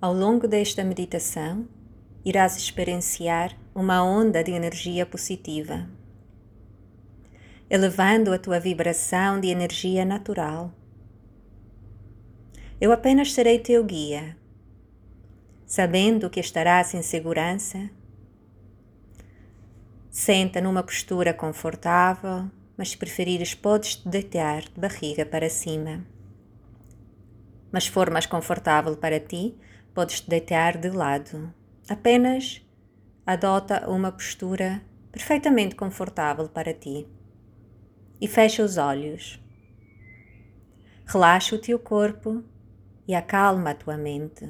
Ao longo desta meditação, irás experienciar uma onda de energia positiva, elevando a tua vibração de energia natural. Eu apenas serei teu guia, sabendo que estarás em segurança. Senta numa postura confortável, mas se preferires podes te deitar de barriga para cima. Mas se for mais confortável para ti, podes te deitar de lado. Apenas adota uma postura perfeitamente confortável para ti. E fecha os olhos. Relaxa o teu corpo e acalma a tua mente.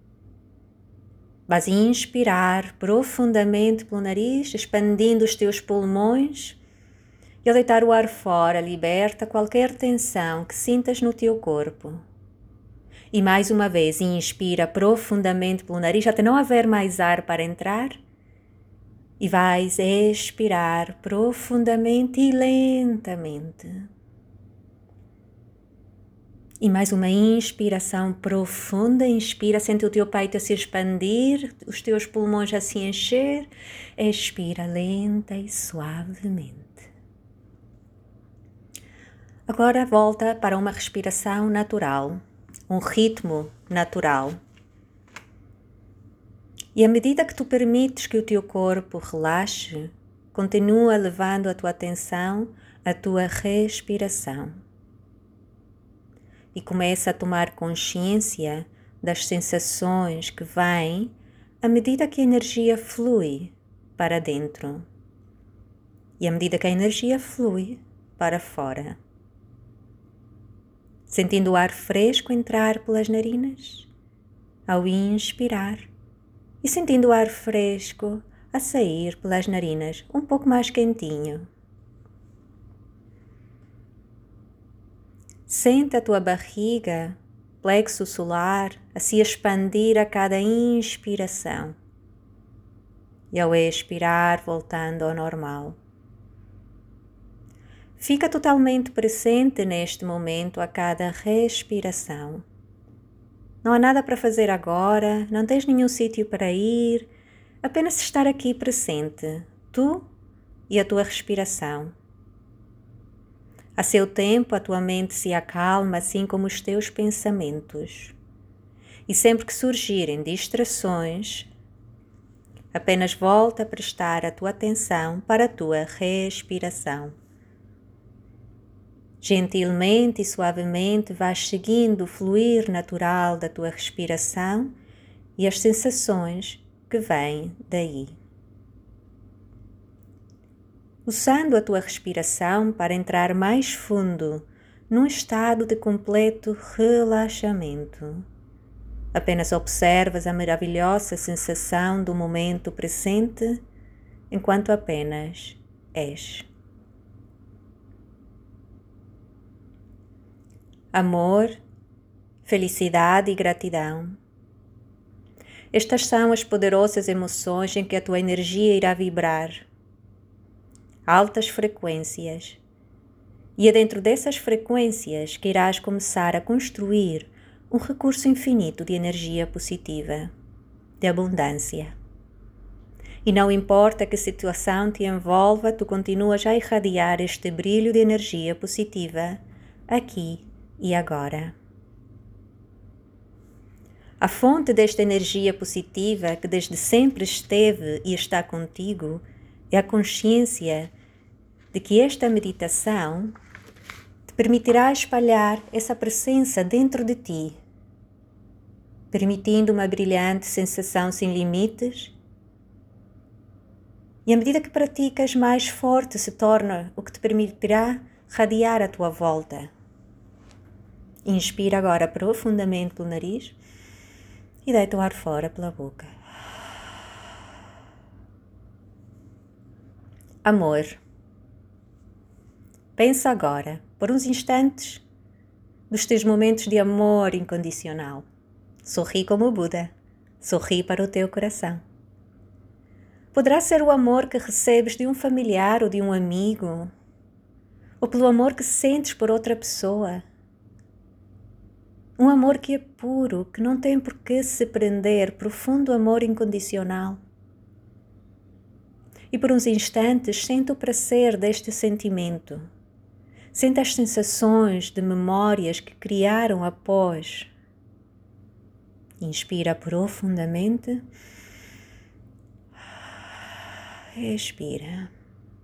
Vais inspirar profundamente pelo nariz, expandindo os teus pulmões, e ao deitar o ar fora, liberta qualquer tensão que sintas no teu corpo. E mais uma vez, inspira profundamente pelo nariz, até não haver mais ar para entrar, e vais expirar profundamente e lentamente. E mais uma inspiração profunda, inspira, sente o teu peito a se expandir, os teus pulmões a se encher, expira lenta e suavemente. Agora volta para uma respiração natural, um ritmo natural. E à medida que tu permites que o teu corpo relaxe, continua levando a tua atenção à tua respiração. E começa a tomar consciência das sensações que vêm à medida que a energia flui para dentro e à medida que a energia flui para fora. Sentindo o ar fresco entrar pelas narinas ao inspirar e sentindo o ar fresco a sair pelas narinas um pouco mais quentinho. Sente a tua barriga, plexo solar, a se expandir a cada inspiração e ao expirar voltando ao normal. Fica totalmente presente neste momento a cada respiração. Não há nada para fazer agora, não tens nenhum sítio para ir, apenas estar aqui presente, tu e a tua respiração. A seu tempo, a tua mente se acalma, assim como os teus pensamentos. E sempre que surgirem distrações, apenas volta a prestar a tua atenção para a tua respiração. Gentilmente e suavemente vais seguindo o fluir natural da tua respiração e as sensações que vêm daí. Usando a tua respiração para entrar mais fundo num estado de completo relaxamento. Apenas observas a maravilhosa sensação do momento presente enquanto apenas és. Amor, felicidade e gratidão. Estas são as poderosas emoções em que a tua energia irá vibrar. Altas frequências. E é dentro dessas frequências que irás começar a construir um recurso infinito de energia positiva, de abundância. E não importa que situação te envolva, tu continuas a irradiar este brilho de energia positiva aqui e agora. A fonte desta energia positiva que desde sempre esteve e está contigo é a consciência de que esta meditação te permitirá espalhar essa presença dentro de ti, permitindo uma brilhante sensação sem limites. E à medida que praticas, mais forte se torna o que te permitirá radiar à tua volta. Inspira agora profundamente pelo nariz e deita o ar fora pela boca. Amor. Pensa agora, por uns instantes, nos teus momentos de amor incondicional. Sorri como o Buda. Sorri para o teu coração. Poderá ser o amor que recebes de um familiar ou de um amigo, ou pelo amor que sentes por outra pessoa. Um amor que é puro, que não tem por que se prender, profundo amor incondicional. E por uns instantes sente o prazer deste sentimento. Sente as sensações de memórias que criaram após. Inspira profundamente. Expira.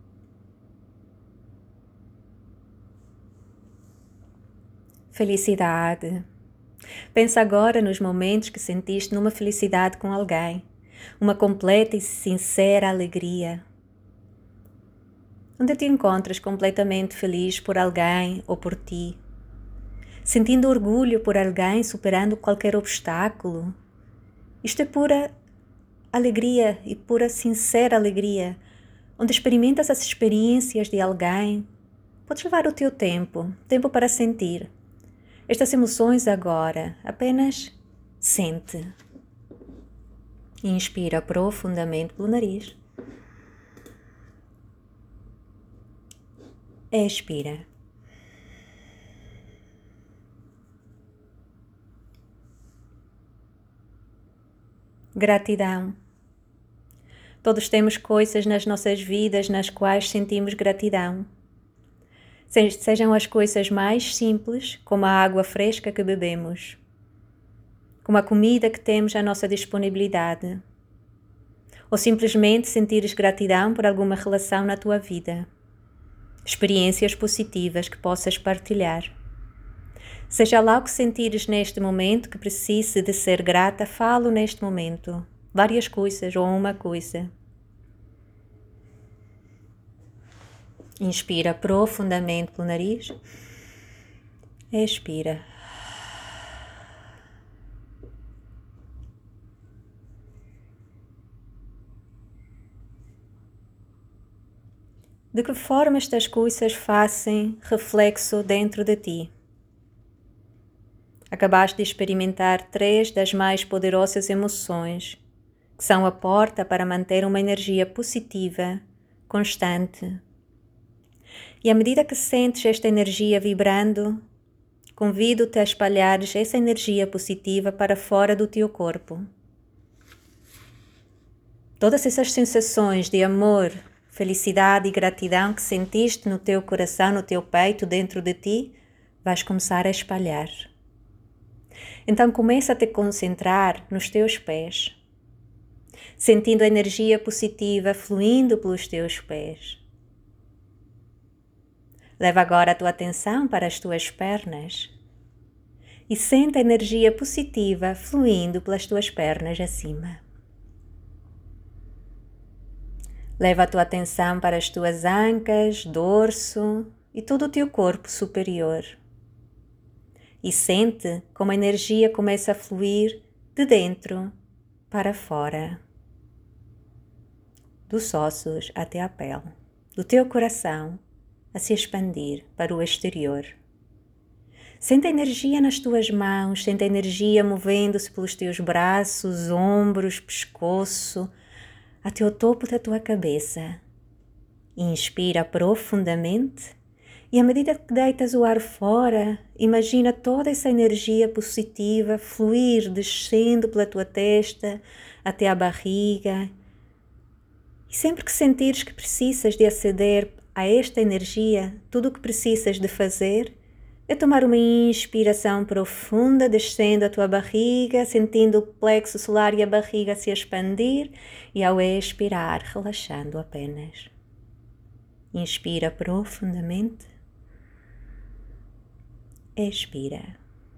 Felicidade. Pensa agora nos momentos que sentiste numa felicidade com alguém, uma completa e sincera alegria. Onde te encontras completamente feliz por alguém ou por ti, sentindo orgulho por alguém superando qualquer obstáculo. Isto é pura alegria e pura sincera alegria, onde experimentas as experiências de alguém. Podes levar o teu tempo para sentir estas emoções agora. Apenas sente. Inspira profundamente pelo nariz. Expira. Gratidão. Todos temos coisas nas nossas vidas nas quais sentimos gratidão. Sejam as coisas mais simples, como a água fresca que bebemos, como a comida que temos à nossa disponibilidade, ou simplesmente sentires gratidão por alguma relação na tua vida, experiências positivas que possas partilhar. Seja lá o que sentires neste momento que precise de ser grata, falo neste momento, várias coisas ou uma coisa. Inspira profundamente pelo nariz. Expira. De que forma estas coisas fazem reflexo dentro de ti? Acabaste de experimentar 3 das mais poderosas emoções, que são a porta para manter uma energia positiva, constante. E à medida que sentes esta energia vibrando, convido-te a espalhares essa energia positiva para fora do teu corpo. Todas essas sensações de amor, felicidade e gratidão que sentiste no teu coração, no teu peito, dentro de ti, vais começar a espalhar. Então começa a te concentrar nos teus pés, sentindo a energia positiva fluindo pelos teus pés. Leva agora a tua atenção para as tuas pernas e sente a energia positiva fluindo pelas tuas pernas acima. Leva a tua atenção para as tuas ancas, dorso e todo o teu corpo superior. E sente como a energia começa a fluir de dentro para fora, dos ossos até à pele, do teu coração a se expandir para o exterior. Sente a energia nas tuas mãos, sente a energia movendo-se pelos teus braços, ombros, pescoço, até o topo da tua cabeça. Inspira profundamente e à medida que deitas o ar fora, imagina toda essa energia positiva fluir, descendo pela tua testa até a barriga. E sempre que sentires que precisas de aceder a esta energia, tudo o que precisas de fazer é tomar uma inspiração profunda, descendo a tua barriga, sentindo o plexo solar e a barriga se expandir, e ao expirar, relaxando apenas. Inspira profundamente. Expira.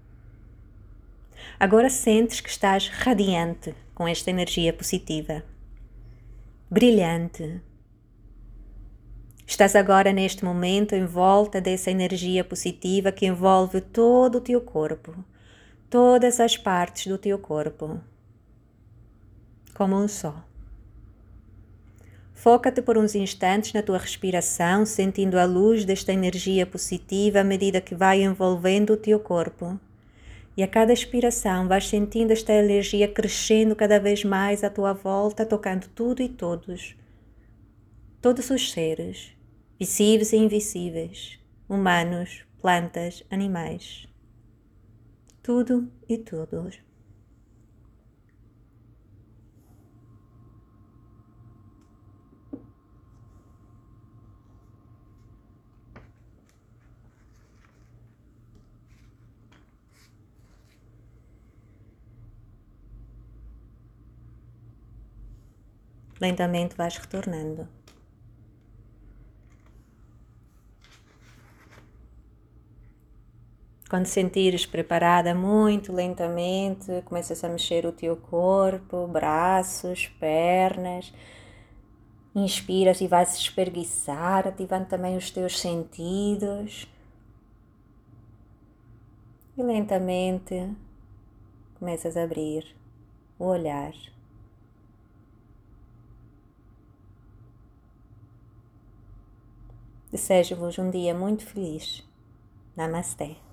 Agora sentes que estás radiante com esta energia positiva, brilhante. Estás agora neste momento em volta dessa energia positiva que envolve todo o teu corpo, todas as partes do teu corpo, como um só. Foca-te por uns instantes na tua respiração, sentindo a luz desta energia positiva à medida que vai envolvendo o teu corpo. E a cada expiração vais sentindo esta energia crescendo cada vez mais à tua volta, tocando tudo e todos os seres, visíveis e invisíveis, humanos, plantas, animais. tudo e todos. Lentamente vais retornando. Quando sentires preparada, muito lentamente, começas a mexer o teu corpo, braços, pernas. Inspiras e vais espreguiçar, ativando também os teus sentidos. E lentamente começas a abrir o olhar. Desejo-vos um dia muito feliz. Namastê.